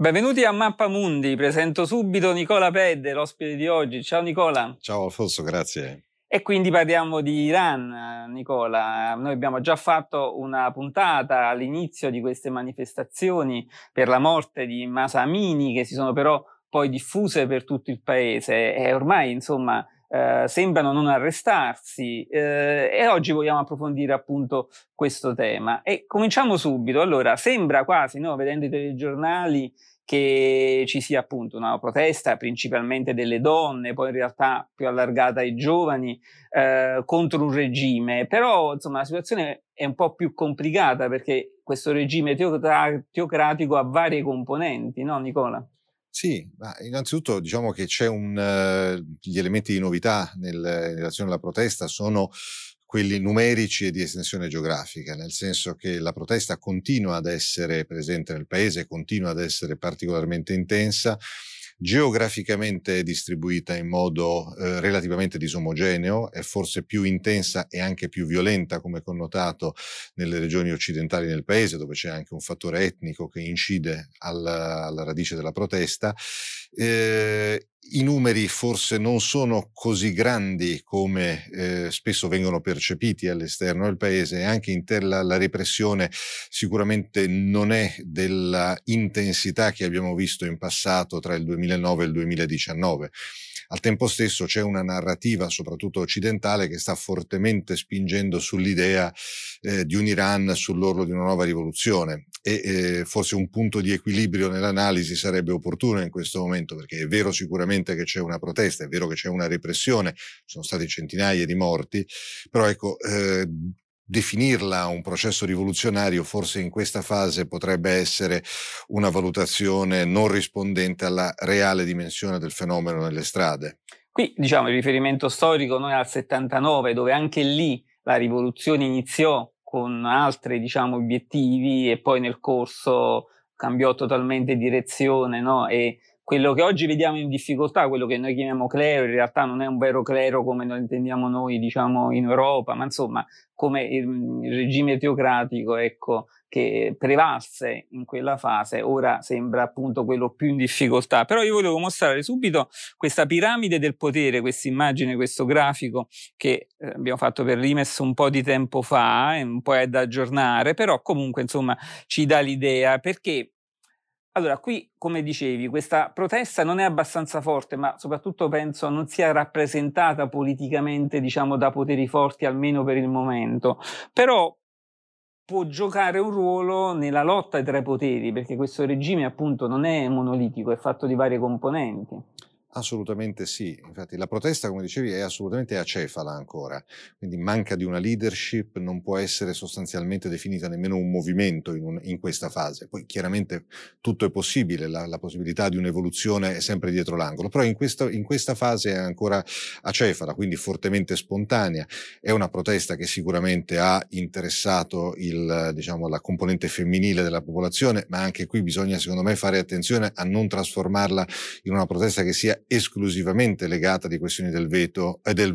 Benvenuti a Mappamundi, presento subito Nicola Pedde, l'ospite di oggi. Ciao Nicola. Ciao Alfonso, grazie. E quindi parliamo di Iran, Nicola. Noi abbiamo già fatto una puntata all'inizio di queste manifestazioni per la morte di Mahsa Amini, che si sono però poi diffuse per tutto il paese e ormai, insomma, sembrano non arrestarsi, e oggi vogliamo approfondire appunto questo tema. E cominciamo subito. Allora, sembra quasi, no, vedendo i telegiornali, che ci sia appunto una protesta principalmente delle donne, poi in realtà più allargata ai giovani, contro un regime. Però insomma la situazione è un po' più complicata perché questo regime teocratico ha varie componenti, no Nicola? Sì, ma innanzitutto diciamo che c'è gli elementi di novità in relazione alla protesta sono quelli numerici e di estensione geografica, nel senso che la protesta continua ad essere presente nel paese, continua ad essere particolarmente intensa, geograficamente distribuita in modo relativamente disomogeneo, è forse più intensa e anche più violenta come connotato nelle regioni occidentali del paese, dove c'è anche un fattore etnico che incide alla radice della protesta. I numeri forse non sono così grandi come spesso vengono percepiti all'esterno del paese, e anche la repressione sicuramente non è della intensità che abbiamo visto in passato tra il 2009 e il 2019. Al tempo stesso c'è una narrativa, soprattutto occidentale, che sta fortemente spingendo sull'idea di un Iran sull'orlo di una nuova rivoluzione, e forse un punto di equilibrio nell'analisi sarebbe opportuno in questo momento, perché è vero sicuramente che c'è una protesta, è vero che c'è una repressione, ci sono stati centinaia di morti, però ecco, definirla un processo rivoluzionario forse in questa fase potrebbe essere una valutazione non rispondente alla reale dimensione del fenomeno nelle strade. Qui diciamo il riferimento storico noi al 79, dove anche lì la rivoluzione iniziò con altri, diciamo, obiettivi e poi nel corso cambiò totalmente direzione, no? E quello che oggi vediamo in difficoltà, quello che noi chiamiamo clero, in realtà non è un vero clero come lo intendiamo noi, diciamo, in Europa, ma insomma, come il regime teocratico, ecco, che prevalse in quella fase, ora sembra appunto quello più in difficoltà. Però io volevo mostrare subito questa piramide del potere, questa immagine, questo grafico che abbiamo fatto per Rimes un po' di tempo fa, un po' è da aggiornare, però comunque insomma ci dà l'idea, perché allora qui, come dicevi, questa protesta non è abbastanza forte, ma soprattutto penso non sia rappresentata politicamente, diciamo, da poteri forti, almeno per il momento. Però può giocare un ruolo nella lotta tra i poteri, perché questo regime appunto non è monolitico, è fatto di varie componenti. Assolutamente sì, infatti la protesta, come dicevi, è assolutamente acefala ancora, quindi manca di una leadership, non può essere sostanzialmente definita nemmeno un movimento in questa fase. Poi chiaramente tutto è possibile, la possibilità di un'evoluzione è sempre dietro l'angolo, però in questa fase è ancora acefala, quindi fortemente spontanea. È una protesta che sicuramente ha interessato diciamo, la componente femminile della popolazione, ma anche qui bisogna secondo me fare attenzione a non trasformarla in una protesta che sia esclusivamente legata di questioni del velo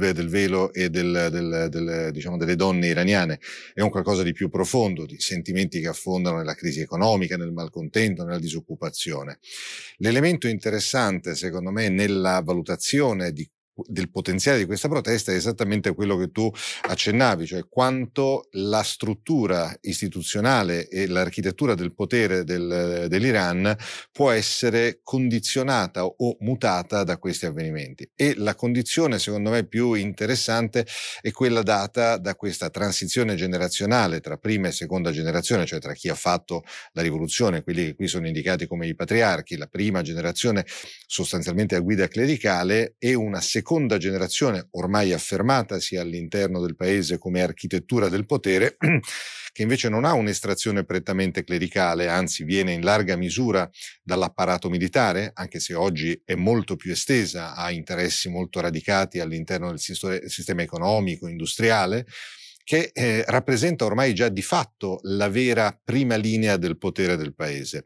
e diciamo, delle donne iraniane. È un qualcosa di più profondo, di sentimenti che affondano nella crisi economica, nel malcontento, nella disoccupazione. L'elemento interessante, secondo me, nella valutazione del potenziale di questa protesta è esattamente quello che tu accennavi, cioè quanto la struttura istituzionale e l'architettura del potere dell'Iran può essere condizionata o mutata da questi avvenimenti. E la condizione, secondo me, più interessante è quella data da questa transizione generazionale tra prima e seconda generazione, cioè tra chi ha fatto la rivoluzione, quelli che qui sono indicati come i patriarchi, la prima generazione sostanzialmente a guida clericale, e una seconda generazione ormai affermatasi all'interno del paese come architettura del potere, che invece non ha un'estrazione prettamente clericale, anzi viene in larga misura dall'apparato militare, anche se oggi è molto più estesa, ha interessi molto radicati all'interno del sistema economico, industriale, che rappresenta ormai già di fatto la vera prima linea del potere del paese.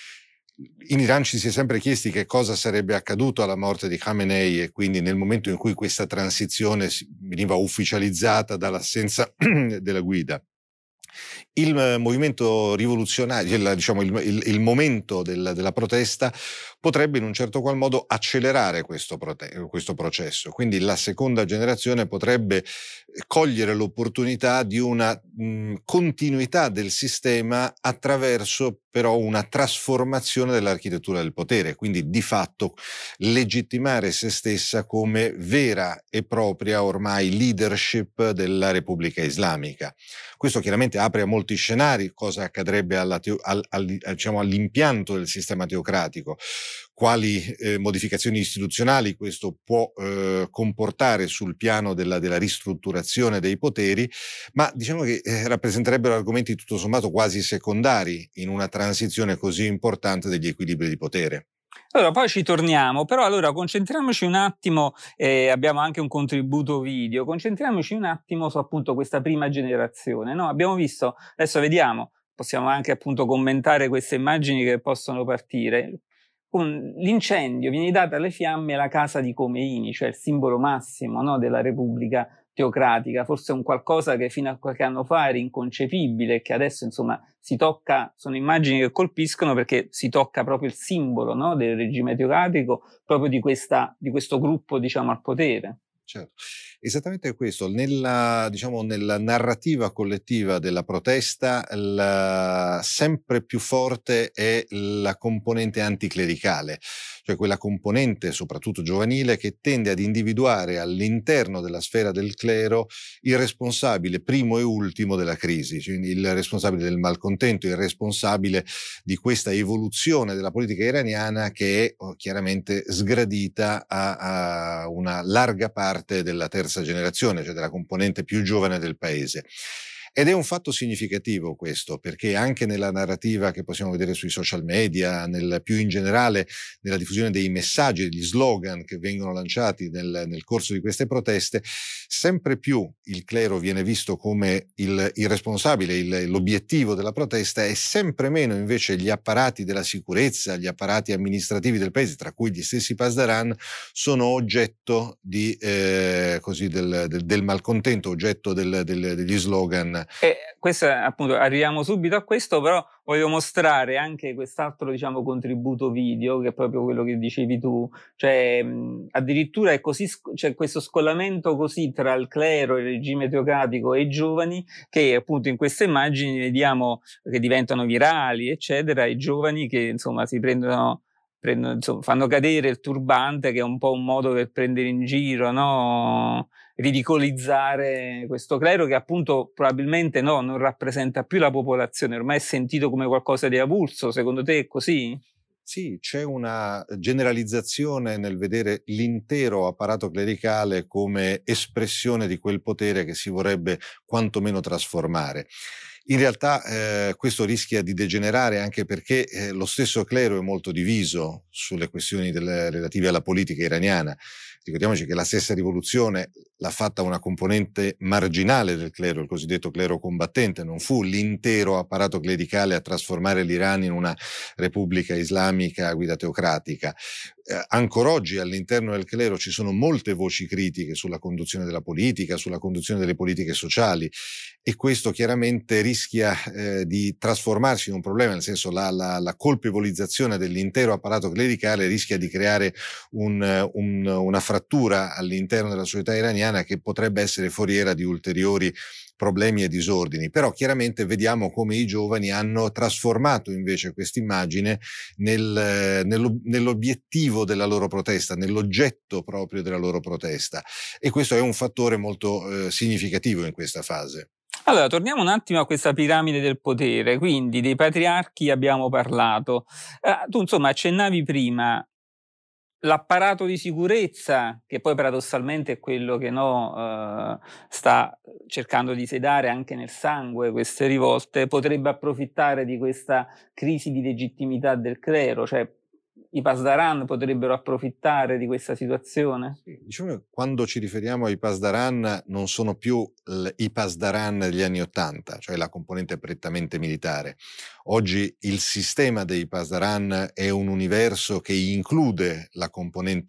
In Iran ci si è sempre chiesti che cosa sarebbe accaduto alla morte di Khamenei, e quindi nel momento in cui questa transizione veniva ufficializzata dall'assenza della guida. Il movimento rivoluzionario, diciamo il momento della protesta potrebbe in un certo qual modo accelerare questo processo. Quindi la seconda generazione potrebbe cogliere l'opportunità di una continuità del sistema attraverso però una trasformazione dell'architettura del potere, quindi di fatto legittimare se stessa come vera e propria ormai leadership della Repubblica Islamica. Questo chiaramente apre a molti scenari, cosa accadrebbe diciamo, all'impianto del sistema teocratico, quali modificazioni istituzionali questo può comportare sul piano della ristrutturazione dei poteri, ma diciamo che rappresenterebbero argomenti tutto sommato quasi secondari in una transizione così importante degli equilibri di potere. Allora, poi ci torniamo, però allora concentriamoci un attimo, abbiamo anche un contributo video, concentriamoci un attimo su appunto questa prima generazione, no? Abbiamo visto, adesso vediamo, possiamo anche appunto commentare queste immagini che possono partire. Con l'incendio viene data alle fiamme la casa di Khomeini, cioè il simbolo massimo, no, della Repubblica teocratica, forse un qualcosa che fino a qualche anno fa era inconcepibile, che adesso insomma si tocca, sono immagini che colpiscono perché si tocca proprio il simbolo, no, del regime teocratico, proprio di questo gruppo, diciamo, al potere. Certo, esattamente questo. Diciamo, nella narrativa collettiva della protesta, sempre più forte è la componente anticlericale, cioè quella componente, soprattutto giovanile, che tende ad individuare all'interno della sfera del clero il responsabile primo e ultimo della crisi, cioè il responsabile del malcontento, il responsabile di questa evoluzione della politica iraniana che è chiaramente sgradita a una larga parte della terza generazione, cioè della componente più giovane del paese. Ed è un fatto significativo questo, perché anche nella narrativa che possiamo vedere sui social media, più in generale nella diffusione dei messaggi, degli slogan che vengono lanciati nel corso di queste proteste, sempre più il clero viene visto come il responsabile, l'obiettivo della protesta, e sempre meno invece gli apparati della sicurezza, gli apparati amministrativi del paese, tra cui gli stessi Pasdaran, sono oggetto del malcontento, oggetto degli slogan. E questo, appunto, arriviamo subito a questo, però voglio mostrare anche quest'altro, diciamo, contributo video, che è proprio quello che dicevi tu, cioè addirittura è così, c'è questo scollamento così tra il clero, il regime teocratico e i giovani, che appunto in queste immagini vediamo che diventano virali, eccetera, i giovani che insomma si prendono, insomma, fanno cadere il turbante, che è un po' un modo per prendere in giro, no? Ridicolizzare questo clero che appunto probabilmente no, non rappresenta più la popolazione, ormai è sentito come qualcosa di avulso. Secondo te è così? Sì, c'è una generalizzazione nel vedere l'intero apparato clericale come espressione di quel potere che si vorrebbe quantomeno trasformare. In realtà questo rischia di degenerare anche perché lo stesso clero è molto diviso sulle questioni relative alla politica iraniana. Ricordiamoci che la stessa rivoluzione l'ha fatta una componente marginale del clero, il cosiddetto clero combattente, non fu l'intero apparato clericale a trasformare l'Iran in una repubblica islamica a guida teocratica. Ancora oggi all'interno del clero ci sono molte voci critiche sulla conduzione della politica, sulla conduzione delle politiche sociali, e questo chiaramente rischia di trasformarsi in un problema, nel senso la colpevolizzazione dell'intero apparato clericale rischia di creare una frattura all'interno della società iraniana che potrebbe essere foriera di ulteriori problemi e disordini. Però chiaramente vediamo come i giovani hanno trasformato invece questa immagine nell'obiettivo della loro protesta, nell'oggetto proprio della loro protesta, e questo è un fattore molto significativo in questa fase. Allora, torniamo un attimo a questa piramide del potere, quindi dei patriarchi abbiamo parlato. Tu insomma accennavi prima l'apparato di sicurezza, che poi paradossalmente è quello che sta cercando di sedare anche nel sangue queste rivolte, potrebbe approfittare di questa crisi di legittimità del clero, cioè i Pasdaran potrebbero approfittare di questa situazione? Diciamo che quando ci riferiamo ai Pasdaran non sono più i Pasdaran degli anni '80, cioè la componente prettamente militare. Oggi il sistema dei Pasdaran è un universo che include la componente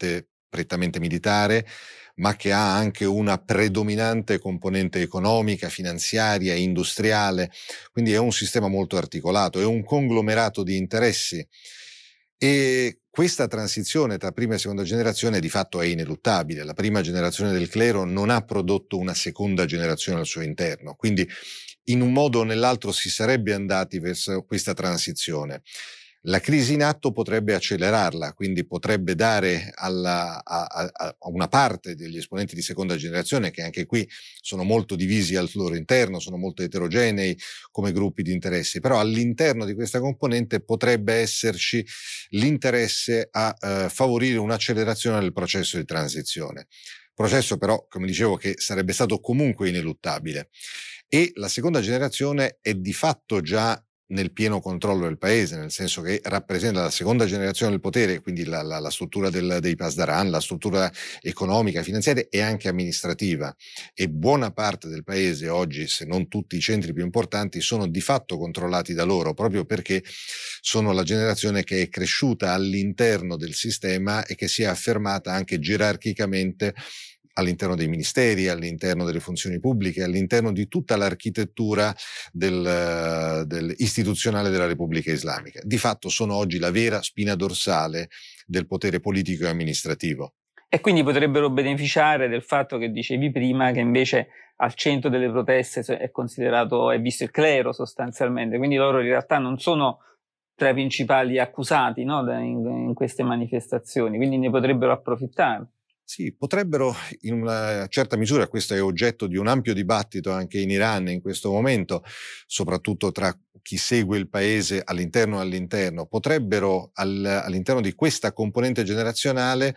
prettamente militare, ma che ha anche una predominante componente economica, finanziaria, industriale, quindi è un sistema molto articolato, è un conglomerato di interessi. E questa transizione tra prima e seconda generazione di fatto è ineluttabile. La prima generazione del clero non ha prodotto una seconda generazione al suo interno, quindi in un modo o nell'altro si sarebbe andati verso questa transizione. La crisi in atto potrebbe accelerarla, quindi potrebbe dare a una parte degli esponenti di seconda generazione, che anche qui sono molto divisi al loro interno, sono molto eterogenei come gruppi di interessi, però all'interno di questa componente potrebbe esserci l'interesse a favorire un'accelerazione del processo di transizione. Processo però, come dicevo, che sarebbe stato comunque ineluttabile. E la seconda generazione è di fatto già nel pieno controllo del paese, nel senso che rappresenta la seconda generazione del potere, quindi la struttura dei Pasdaran, la struttura economica, finanziaria e anche amministrativa. E buona parte del paese oggi, se non tutti i centri più importanti, sono di fatto controllati da loro, proprio perché sono la generazione che è cresciuta all'interno del sistema e che si è affermata anche gerarchicamente all'interno dei ministeri, all'interno delle funzioni pubbliche, all'interno di tutta l'architettura istituzionale della Repubblica Islamica. Di fatto sono oggi la vera spina dorsale del potere politico e amministrativo. E quindi potrebbero beneficiare del fatto che dicevi prima, che invece al centro delle proteste è visto il clero sostanzialmente, quindi loro in realtà non sono tra i principali accusati, no, in queste manifestazioni, quindi ne potrebbero approfittare. Sì, potrebbero in una certa misura, questo è oggetto di un ampio dibattito anche in Iran in questo momento, soprattutto tra chi segue il paese all'interno, potrebbero all'interno di questa componente generazionale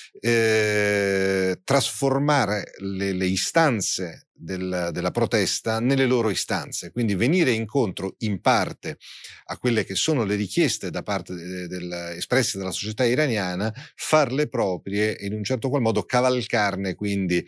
trasformare le istanze della protesta nelle loro istanze, quindi venire incontro in parte a quelle che sono le richieste da parte espresse dalla società iraniana, farle proprie e in un certo qual modo cavalcarne quindi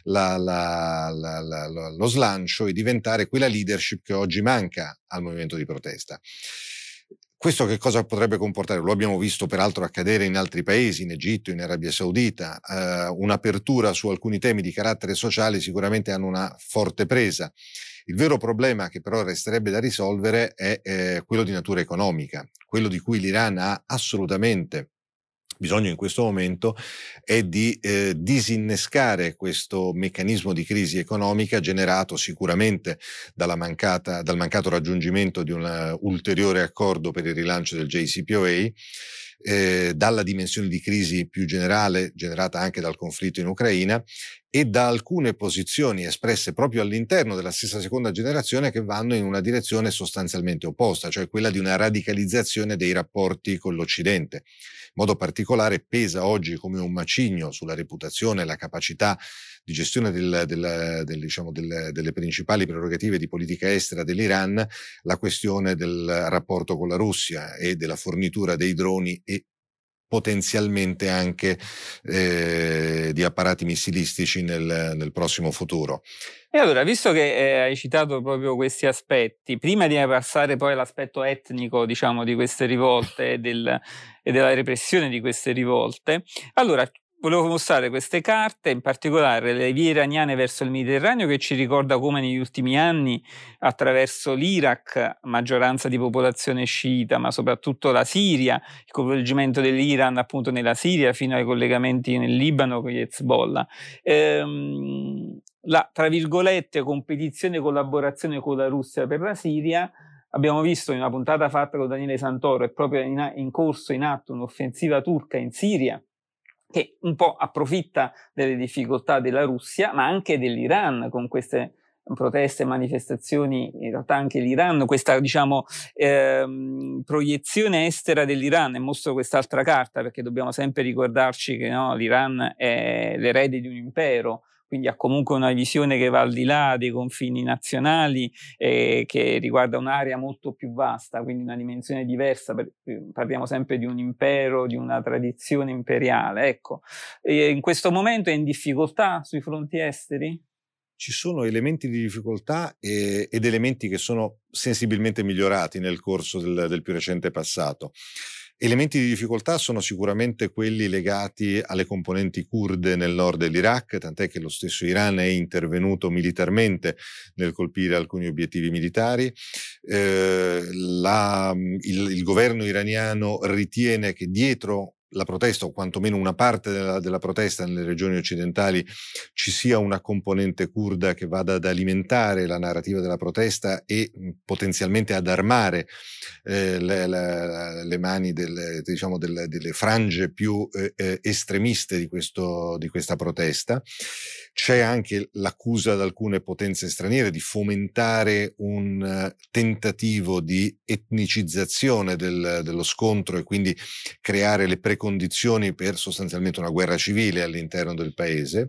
lo slancio e diventare quella leadership che oggi manca al movimento di protesta. Questo che cosa potrebbe comportare? Lo abbiamo visto peraltro accadere in altri paesi, in Egitto, in Arabia Saudita, un'apertura su alcuni temi di carattere sociale sicuramente hanno una forte presa. Il vero problema che però resterebbe da risolvere è quello di natura economica, quello di cui l'Iran ha assolutamente bisogno in questo momento è di disinnescare questo meccanismo di crisi economica generato sicuramente dal mancato raggiungimento di un ulteriore accordo per il rilancio del JCPOA, dalla dimensione di crisi più generale generata anche dal conflitto in Ucraina e da alcune posizioni espresse proprio all'interno della stessa seconda generazione che vanno in una direzione sostanzialmente opposta, cioè quella di una radicalizzazione dei rapporti con l'Occidente. In modo particolare pesa oggi come un macigno sulla reputazione e la capacità di gestione delle principali prerogative di politica estera dell'Iran la questione del rapporto con la Russia e della fornitura dei droni e potenzialmente anche di apparati missilistici nel prossimo futuro. E allora, visto che hai citato proprio questi aspetti, prima di passare poi all'aspetto etnico, diciamo, di queste rivolte e della repressione di queste rivolte, allora volevo mostrare queste carte, in particolare le vie iraniane verso il Mediterraneo, che ci ricorda come negli ultimi anni, attraverso l'Iraq, maggioranza di popolazione sciita, ma soprattutto la Siria, il coinvolgimento dell'Iran appunto nella Siria, fino ai collegamenti nel Libano con gli Hezbollah. La, tra virgolette, competizione e collaborazione con la Russia per la Siria, abbiamo visto in una puntata fatta con Daniele Santoro, è proprio in corso, in atto, un'offensiva turca in Siria, che un po' approfitta delle difficoltà della Russia, ma anche dell'Iran, con queste proteste e manifestazioni, in realtà anche l'Iran, questa diciamo proiezione estera dell'Iran, e mostro quest'altra carta perché dobbiamo sempre ricordarci che no, l'Iran è l'erede di un impero, quindi ha comunque una visione che va al di là dei confini nazionali, che riguarda un'area molto più vasta, quindi una dimensione diversa, parliamo sempre di un impero, di una tradizione imperiale. Ecco, in questo momento è in difficoltà sui fronti esteri? Ci sono elementi di difficoltà ed elementi che sono sensibilmente migliorati nel corso del più recente passato. Elementi di difficoltà sono sicuramente quelli legati alle componenti curde nel nord dell'Iraq, tant'è che lo stesso Iran è intervenuto militarmente nel colpire alcuni obiettivi militari. Il governo iraniano ritiene che dietro la protesta, o quantomeno una parte della protesta nelle regioni occidentali, ci sia una componente curda che vada ad alimentare la narrativa della protesta e potenzialmente ad armare le mani delle frange più estremiste di questa protesta. C'è anche l'accusa ad alcune potenze straniere di fomentare un tentativo di etnicizzazione dello scontro e quindi creare le precondizioni per sostanzialmente una guerra civile all'interno del paese.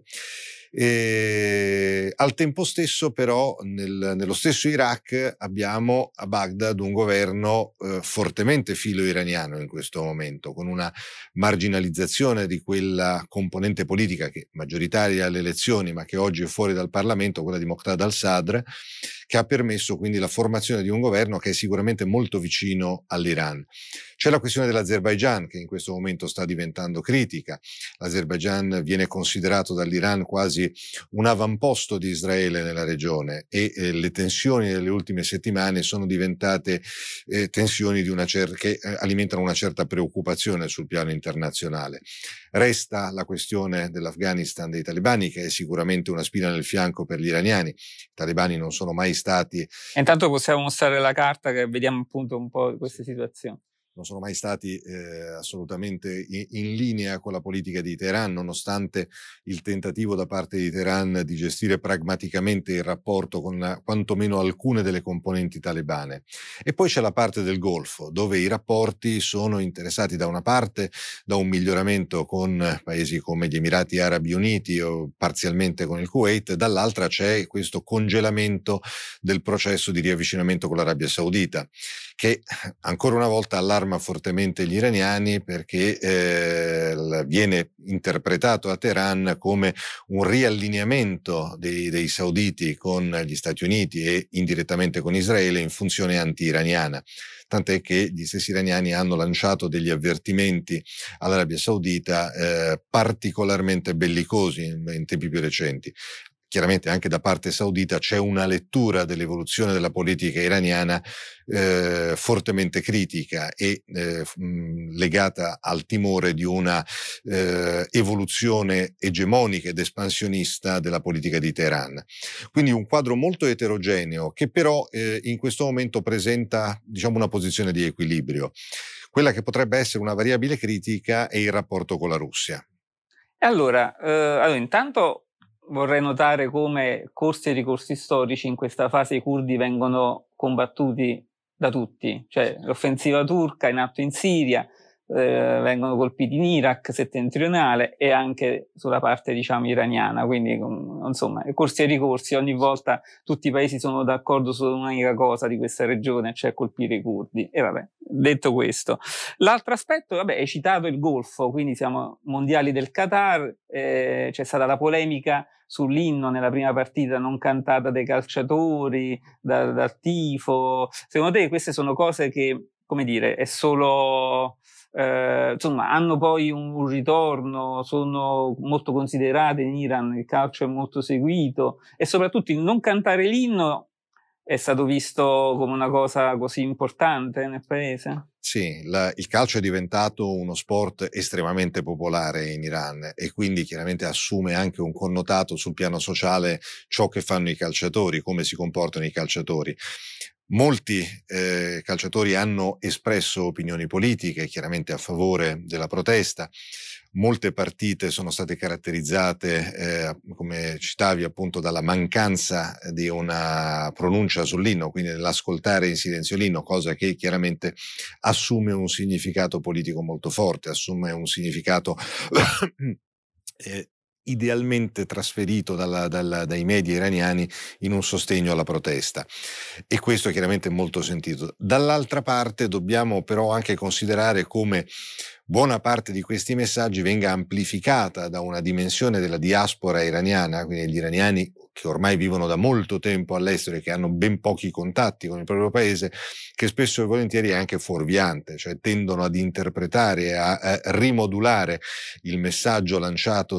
Al tempo stesso però nello stesso Iraq abbiamo a Baghdad un governo fortemente filo-iraniano in questo momento, con una marginalizzazione di quella componente politica che è maggioritaria alle elezioni ma che oggi è fuori dal Parlamento, quella di Muqtada al-Sadr, che ha permesso quindi la formazione di un governo che è sicuramente molto vicino all'Iran. C'è la questione dell'Azerbaigian che in questo momento sta diventando critica. L'Azerbaigian viene considerato dall'Iran quasi un avamposto di Israele nella regione e le tensioni delle ultime settimane sono diventate tensioni che alimentano una certa preoccupazione sul piano internazionale. Resta la questione dell'Afghanistan dei talebani, che è sicuramente una spina nel fianco per gli iraniani. I talebani non sono mai stati... E intanto possiamo mostrare la carta che vediamo appunto un po' queste situazioni. Non sono mai stati assolutamente in linea con la politica di Teheran, nonostante il tentativo da parte di Teheran di gestire pragmaticamente il rapporto con quantomeno alcune delle componenti talebane. E poi c'è la parte del Golfo, dove i rapporti sono interessati da una parte da un miglioramento con paesi come gli Emirati Arabi Uniti o parzialmente con il Kuwait, dall'altra c'è questo congelamento del processo di riavvicinamento con l'Arabia Saudita, che ancora una volta allarma fortemente gli iraniani perché viene interpretato a Teheran come un riallineamento dei sauditi con gli Stati Uniti e indirettamente con Israele in funzione anti-iraniana. Tant'è che gli stessi iraniani hanno lanciato degli avvertimenti all'Arabia Saudita particolarmente bellicosi in tempi più recenti. Chiaramente anche da parte saudita c'è una lettura dell'evoluzione della politica iraniana fortemente critica e legata al timore di una evoluzione egemonica ed espansionista della politica di Teheran. Quindi un quadro molto eterogeneo che però in questo momento presenta, diciamo, una posizione di equilibrio. Quella che potrebbe essere una variabile critica è il rapporto con la Russia. E allora intanto vorrei notare come corsi e ricorsi storici in questa fase i curdi vengono combattuti da tutti, cioè l'offensiva turca in atto in Siria, vengono colpiti in Iraq settentrionale e anche sulla parte diciamo iraniana, quindi insomma corsi e ricorsi, ogni volta tutti i paesi sono d'accordo su un'unica cosa di questa regione, cioè colpire i curdi. E vabbè, detto questo, l'altro aspetto, vabbè, hai citato il Golfo, quindi siamo mondiali del Qatar, c'è stata la polemica sull'inno nella prima partita non cantata dai calciatori, dal tifo. Secondo te queste sono cose che, come dire, è solo insomma hanno poi un ritorno, sono molto considerate in Iran, il calcio è molto seguito e soprattutto il non cantare l'inno è stato visto come una cosa così importante nel paese? Sì, il calcio è diventato uno sport estremamente popolare in Iran e quindi chiaramente assume anche un connotato sul piano sociale ciò che fanno i calciatori, come si comportano i calciatori. Molti calciatori hanno espresso opinioni politiche, chiaramente a favore della protesta. Molte partite sono state caratterizzate, come citavi appunto, dalla mancanza di una pronuncia sull'inno, quindi nell'ascoltare in silenzio l'inno, cosa che chiaramente assume un significato politico molto forte, assume un significato idealmente trasferito dai media iraniani in un sostegno alla protesta, e questo chiaramente è molto sentito. Dall'altra parte dobbiamo però anche considerare come buona parte di questi messaggi venga amplificata da una dimensione della diaspora iraniana, quindi gli iraniani che ormai vivono da molto tempo all'estero e che hanno ben pochi contatti con il proprio paese, che spesso e volentieri è anche fuorviante, cioè tendono ad interpretare e a rimodulare il messaggio lanciato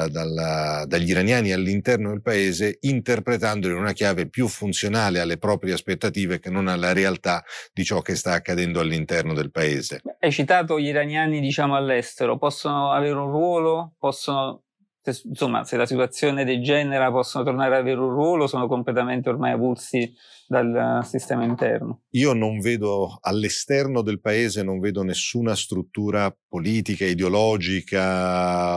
dagli iraniani all'interno del paese, interpretandolo in una chiave più funzionale alle proprie aspettative che non alla realtà di ciò che sta accadendo all'interno del paese. Hai citato gli iraniani, diciamo, all'estero, possono avere un ruolo? Possono, insomma, se la situazione degenera, possono tornare ad avere un ruolo? Sono completamente ormai avulsi dal sistema interno? Io non vedo all'esterno del paese, non vedo nessuna struttura politica, ideologica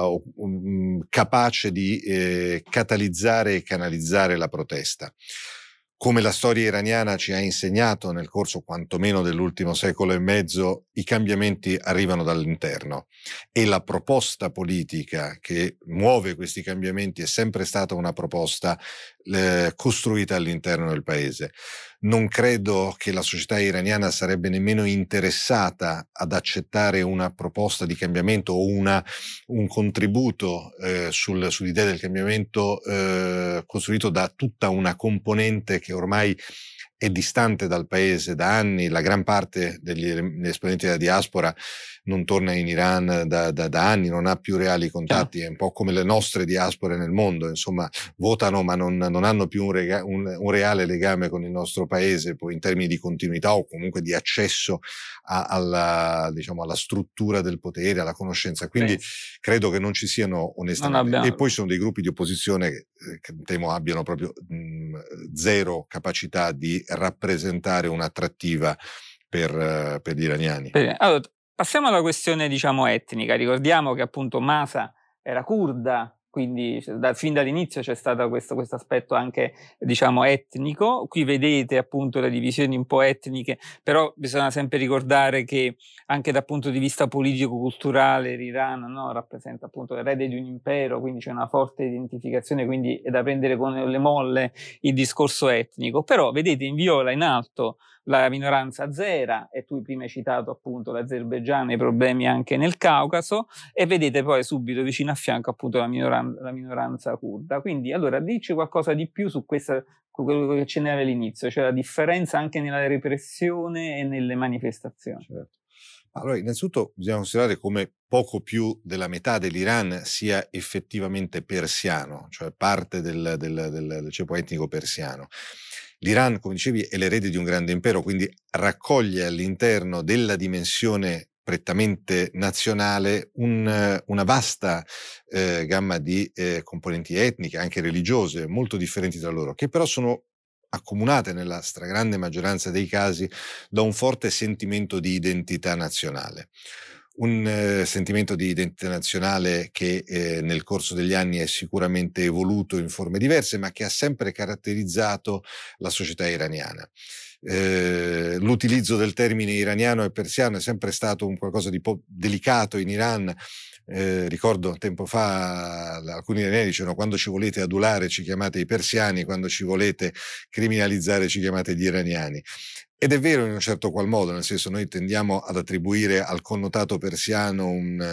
capace di catalizzare e canalizzare la protesta. Come la storia iraniana ci ha insegnato nel corso quantomeno dell'ultimo secolo e mezzo, i cambiamenti arrivano dall'interno e la proposta politica che muove questi cambiamenti è sempre stata una proposta costruita all'interno del paese. Non credo che la società iraniana sarebbe nemmeno interessata ad accettare una proposta di cambiamento o un contributo sull'idea del cambiamento costruito da tutta una componente che ormai è distante dal paese da anni. La gran parte degli esponenti della diaspora non torna in Iran da anni, non ha più reali contatti, è un po' come le nostre diaspore nel mondo, insomma, votano ma non hanno più un reale legame con il nostro paese, poi in termini di continuità o comunque di accesso alla struttura del potere, alla conoscenza. Quindi credo che non ci siano onestamente. E poi sono dei gruppi di opposizione che temo abbiano proprio zero capacità di rappresentare un'attrattiva per gli iraniani. Allora, passiamo alla questione, diciamo, etnica. Ricordiamo che appunto Masa era curda, quindi fin dall'inizio c'è stato questo aspetto anche, diciamo, etnico. Qui vedete appunto le divisioni un po' etniche, però bisogna sempre ricordare che anche dal punto di vista politico-culturale l'Iran, no, rappresenta appunto l'erede di un impero, quindi c'è una forte identificazione, quindi è da prendere con le molle il discorso etnico. Però vedete in viola in alto la minoranza azera, e tu prima hai citato appunto l'Azerbaigian e i problemi anche nel Caucaso, e vedete poi subito vicino a fianco appunto la minoranza curda. Quindi allora dici qualcosa di più su quello che accennavi all'inizio, cioè la differenza anche nella repressione e nelle manifestazioni. Certo. Allora, innanzitutto bisogna considerare come poco più della metà dell'Iran sia effettivamente persiano, cioè parte del ceppo etnico persiano. L'Iran, come dicevi, è l'erede di un grande impero, quindi raccoglie all'interno della dimensione prettamente nazionale una vasta gamma di componenti etniche, anche religiose, molto differenti tra loro, che però sono accomunate nella stragrande maggioranza dei casi da un forte sentimento di identità nazionale. Un sentimento di identità nazionale che nel corso degli anni è sicuramente evoluto in forme diverse, ma che ha sempre caratterizzato la società iraniana. L'utilizzo del termine iraniano e persiano è sempre stato un qualcosa di delicato in Iran. Ricordo tempo fa alcuni iraniani dicevano: quando ci volete adulare ci chiamate i persiani, quando ci volete criminalizzare ci chiamate gli iraniani. Ed è vero in un certo qual modo, nel senso, noi tendiamo ad attribuire al connotato persiano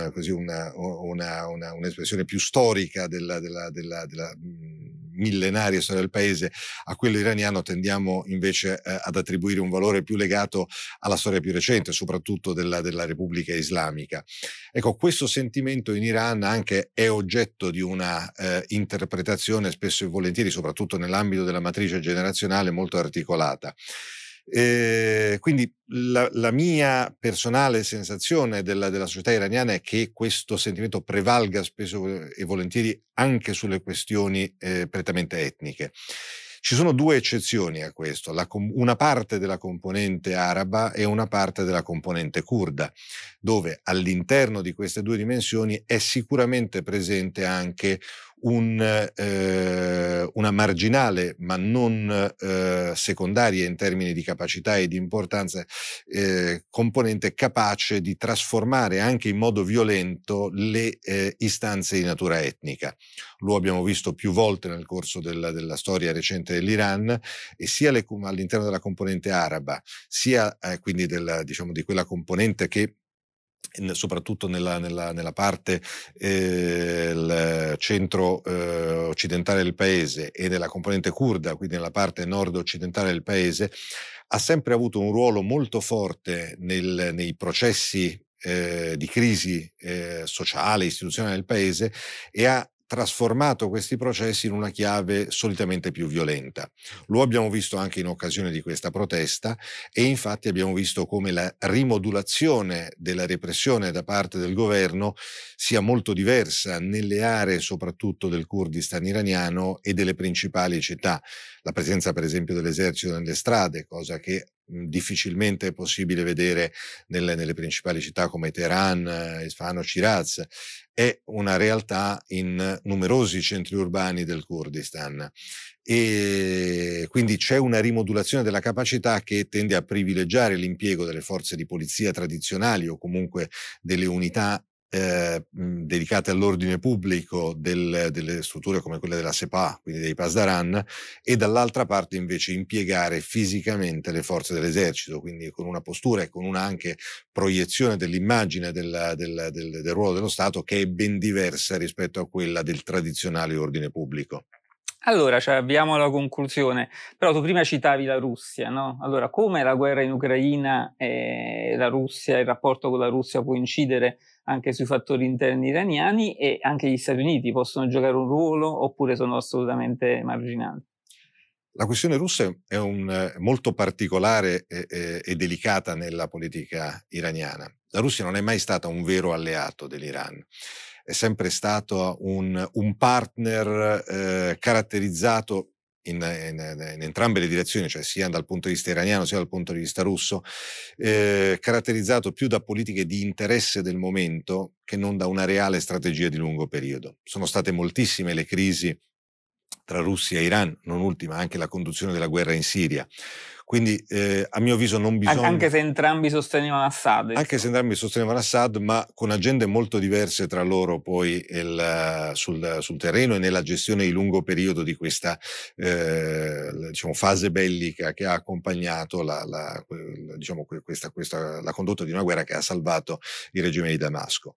un'espressione più storica della millenaria storia del paese. A quello iraniano tendiamo invece ad attribuire un valore più legato alla storia più recente, soprattutto della Repubblica Islamica. Ecco, questo sentimento in Iran anche è oggetto di una interpretazione spesso e volentieri, soprattutto nell'ambito della matrice generazionale, molto articolata. Quindi la mia personale sensazione della società iraniana è che questo sentimento prevalga spesso e volentieri anche sulle questioni prettamente etniche. Ci sono due eccezioni a questo: una parte della componente araba e una parte della componente curda, dove all'interno di queste due dimensioni è sicuramente presente anche una marginale ma non secondaria in termini di capacità e di importanza componente capace di trasformare anche in modo violento le istanze di natura etnica. Lo abbiamo visto più volte nel corso della storia recente dell'Iran, e sia all'interno della componente araba, sia quindi di quella componente che soprattutto nella parte il centro occidentale del paese e nella componente curda, quindi nella parte nord-occidentale del paese, ha sempre avuto un ruolo molto forte nei processi di crisi sociale, istituzionale del paese, e ha trasformato questi processi in una chiave solitamente più violenta. Lo abbiamo visto anche in occasione di questa protesta, e infatti abbiamo visto come la rimodulazione della repressione da parte del governo sia molto diversa nelle aree soprattutto del Kurdistan iraniano e delle principali città. La presenza per esempio dell'esercito nelle strade, cosa che difficilmente è possibile vedere nelle principali città come Teheran, Isfahan o Shiraz, è una realtà in numerosi centri urbani del Kurdistan. E quindi c'è una rimodulazione della capacità che tende a privilegiare l'impiego delle forze di polizia tradizionali o comunque delle unità dedicate all'ordine pubblico delle strutture come quelle della Sepah, quindi dei Pasdaran, e dall'altra parte invece impiegare fisicamente le forze dell'esercito, quindi con una postura e con una anche proiezione dell'immagine del ruolo dello Stato che è ben diversa rispetto a quella del tradizionale ordine pubblico. Allora, cioè, abbiamo la conclusione, però tu prima citavi la Russia, no? Allora, come la guerra in Ucraina e la Russia, il rapporto con la Russia può incidere anche sui fattori interni iraniani, e anche gli Stati Uniti possono giocare un ruolo oppure sono assolutamente marginali? La questione russa è molto particolare e delicata nella politica iraniana. La Russia non è mai stata un vero alleato dell'Iran, è sempre stato un partner caratterizzato in entrambe le direzioni, cioè sia dal punto di vista iraniano sia dal punto di vista russo, caratterizzato più da politiche di interesse del momento che non da una reale strategia di lungo periodo. Sono state moltissime le crisi tra Russia e Iran, non ultima anche la conduzione della guerra in Siria. Quindi a mio avviso non bisogna... Anche se entrambi sostenevano Assad. Anche se entrambi sostenevano Assad, ma con agende molto diverse tra loro poi sul terreno e nella gestione di lungo periodo di questa diciamo, fase bellica che ha accompagnato la condotta di una guerra che ha salvato il regime di Damasco.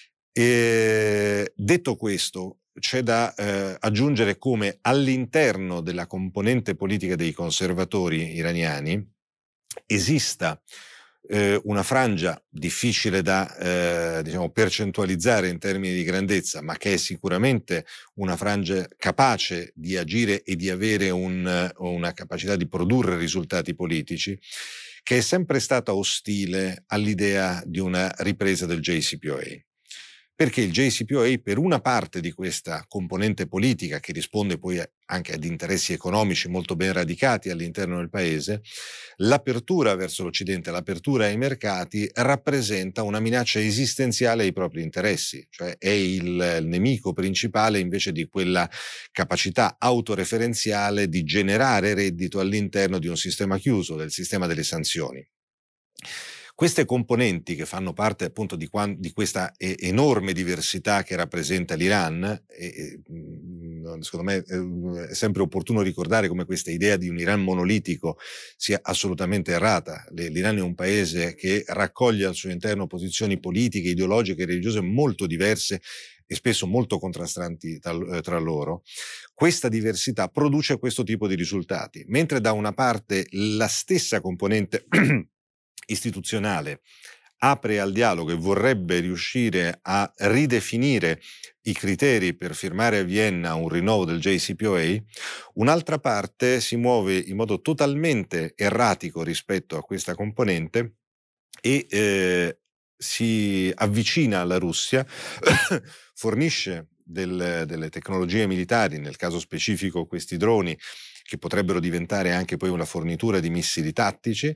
E, detto questo, c'è da aggiungere come all'interno della componente politica dei conservatori iraniani esista una frangia difficile da diciamo percentualizzare in termini di grandezza, ma che è sicuramente una frangia capace di agire e di avere una capacità di produrre risultati politici, che è sempre stata ostile all'idea di una ripresa del JCPOA. Perché il JCPOA, per una parte di questa componente politica che risponde poi anche ad interessi economici molto ben radicati all'interno del paese, l'apertura verso l'Occidente, l'apertura ai mercati rappresenta una minaccia esistenziale ai propri interessi, cioè è il nemico principale invece di quella capacità autoreferenziale di generare reddito all'interno di un sistema chiuso, del sistema delle sanzioni. Queste componenti che fanno parte appunto di questa enorme diversità che rappresenta l'Iran, secondo me è sempre opportuno ricordare come questa idea di un Iran monolitico sia assolutamente errata. L'Iran è un paese che raccoglie al suo interno posizioni politiche, ideologiche e religiose molto diverse e spesso molto contrastanti tra loro. Questa diversità produce questo tipo di risultati, mentre da una parte la stessa componente istituzionale apre al dialogo e vorrebbe riuscire a ridefinire i criteri per firmare a Vienna un rinnovo del JCPOA, un'altra parte si muove in modo totalmente erratico rispetto a questa componente e si avvicina alla Russia, fornisce delle tecnologie militari, nel caso specifico questi droni, che potrebbero diventare anche poi una fornitura di missili tattici,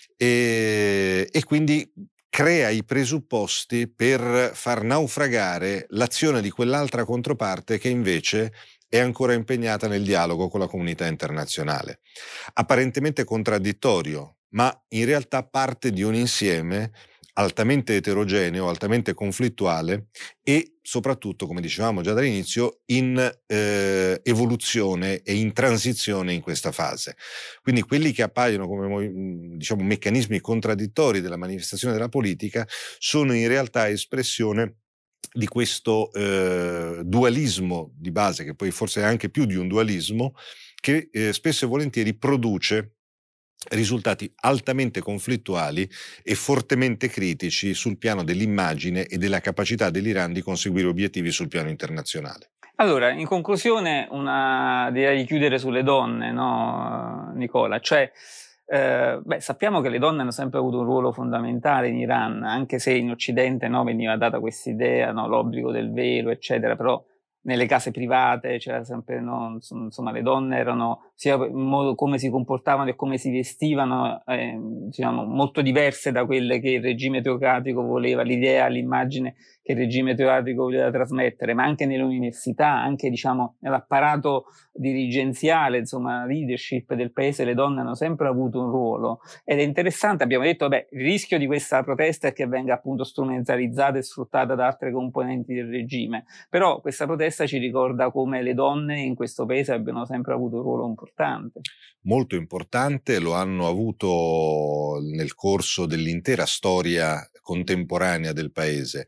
e quindi crea i presupposti per far naufragare l'azione di quell'altra controparte che invece è ancora impegnata nel dialogo con la comunità internazionale. Apparentemente contraddittorio, ma in realtà parte di un insieme altamente eterogeneo, altamente conflittuale e soprattutto, come dicevamo già dall'inizio, in evoluzione e in transizione in questa fase. Quindi quelli che appaiono come diciamo, meccanismi contraddittori della manifestazione della politica sono in realtà espressione di questo dualismo di base, che poi forse è anche più di un dualismo, che spesso e volentieri produce risultati altamente conflittuali e fortemente critici sul piano dell'immagine e della capacità dell'Iran di conseguire obiettivi sul piano internazionale. Allora, in conclusione, direi di chiudere sulle donne, no, Nicola? Cioè, sappiamo che le donne hanno sempre avuto un ruolo fondamentale in Iran, anche se in Occidente, no, veniva data questa idea, no, l'obbligo del velo, eccetera, però nelle case private c'era sempre, no, insomma, le donne erano, sia in modo come si comportavano e come si vestivano, diciamo, molto diverse da quelle che il regime teocratico voleva, l'idea, l'immagine che il regime teocratico voleva trasmettere, ma anche nelle università, anche, diciamo, nell'apparato dirigenziale, insomma, leadership del paese, le donne hanno sempre avuto un ruolo. Ed è interessante, abbiamo detto, il rischio di questa protesta è che venga appunto strumentalizzata e sfruttata da altre componenti del regime, però questa protesta ci ricorda come le donne in questo paese abbiano sempre avuto un ruolo importante. Molto importante, lo hanno avuto nel corso dell'intera storia contemporanea del paese.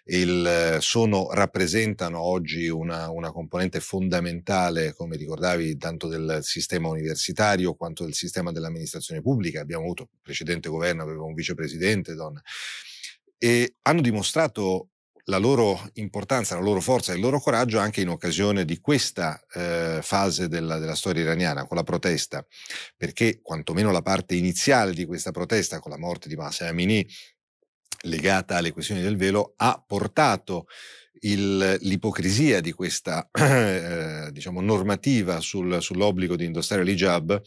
Rappresentano oggi una componente fondamentale, come ricordavi, tanto del sistema universitario quanto del sistema dell'amministrazione pubblica. Abbiamo avuto il precedente governo, aveva un vicepresidente donna, e hanno dimostrato la loro importanza, la loro forza e il loro coraggio anche in occasione di questa fase della storia iraniana, con la protesta, perché quantomeno la parte iniziale di questa protesta, con la morte di Mahsa Amini, legata alle questioni del velo, ha portato l'ipocrisia di questa diciamo, normativa sull'obbligo di indossare l'hijab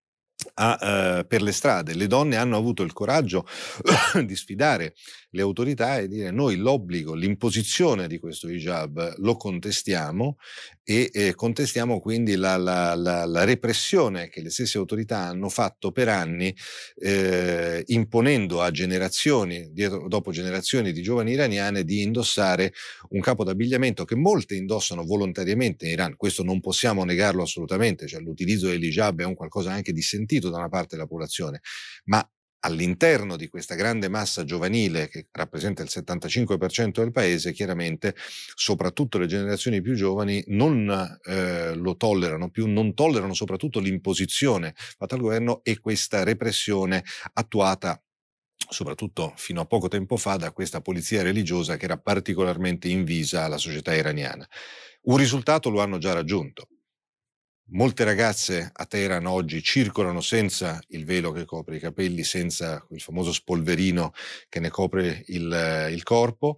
per le strade. Le donne hanno avuto il coraggio di sfidare le autorità e dire: noi l'obbligo, l'imposizione di questo hijab lo contestiamo e contestiamo quindi la repressione che le stesse autorità hanno fatto per anni, imponendo a generazioni, dopo generazioni di giovani iraniane, di indossare un capo d'abbigliamento che molte indossano volontariamente in Iran. Questo non possiamo negarlo assolutamente, cioè l'utilizzo dell'hijab è un qualcosa anche di sentito da una parte della popolazione, ma all'interno di questa grande massa giovanile che rappresenta il 75% del paese, chiaramente soprattutto le generazioni più giovani non lo tollerano più, non tollerano soprattutto l'imposizione fatta al governo e questa repressione attuata soprattutto fino a poco tempo fa da questa polizia religiosa che era particolarmente invisa alla società iraniana. Un risultato lo hanno già raggiunto. Molte ragazze a Teheran oggi circolano senza il velo che copre i capelli, senza il famoso spolverino che ne copre il corpo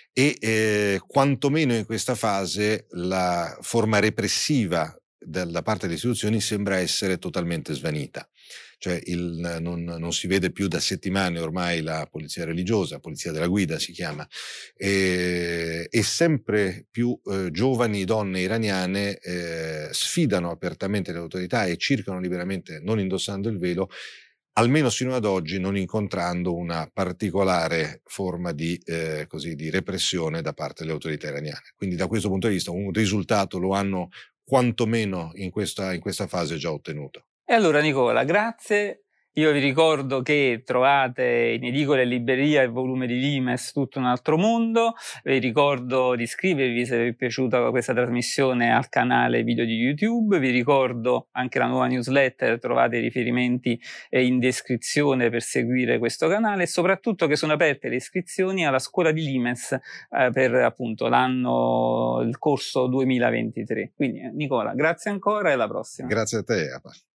e quantomeno in questa fase la forma repressiva da parte delle istituzioni sembra essere totalmente svanita. Cioè non si vede più da settimane ormai la polizia religiosa, polizia della guida si chiama, e sempre più giovani donne iraniane sfidano apertamente le autorità e circolano liberamente non indossando il velo, almeno sino ad oggi non incontrando una particolare forma di repressione da parte delle autorità iraniane. Quindi da questo punto di vista un risultato lo hanno quantomeno in questa fase già ottenuto. E allora Nicola, grazie. Io vi ricordo che trovate in edicola e libreria il volume di Limes Tutto un altro mondo. Vi ricordo di iscrivervi se vi è piaciuta questa trasmissione al canale video di YouTube. Vi ricordo anche la nuova newsletter, trovate i riferimenti in descrizione per seguire questo canale e soprattutto che sono aperte le iscrizioni alla scuola di Limes per appunto il corso 2023. Quindi Nicola, grazie ancora e alla prossima. Grazie a te, Apa.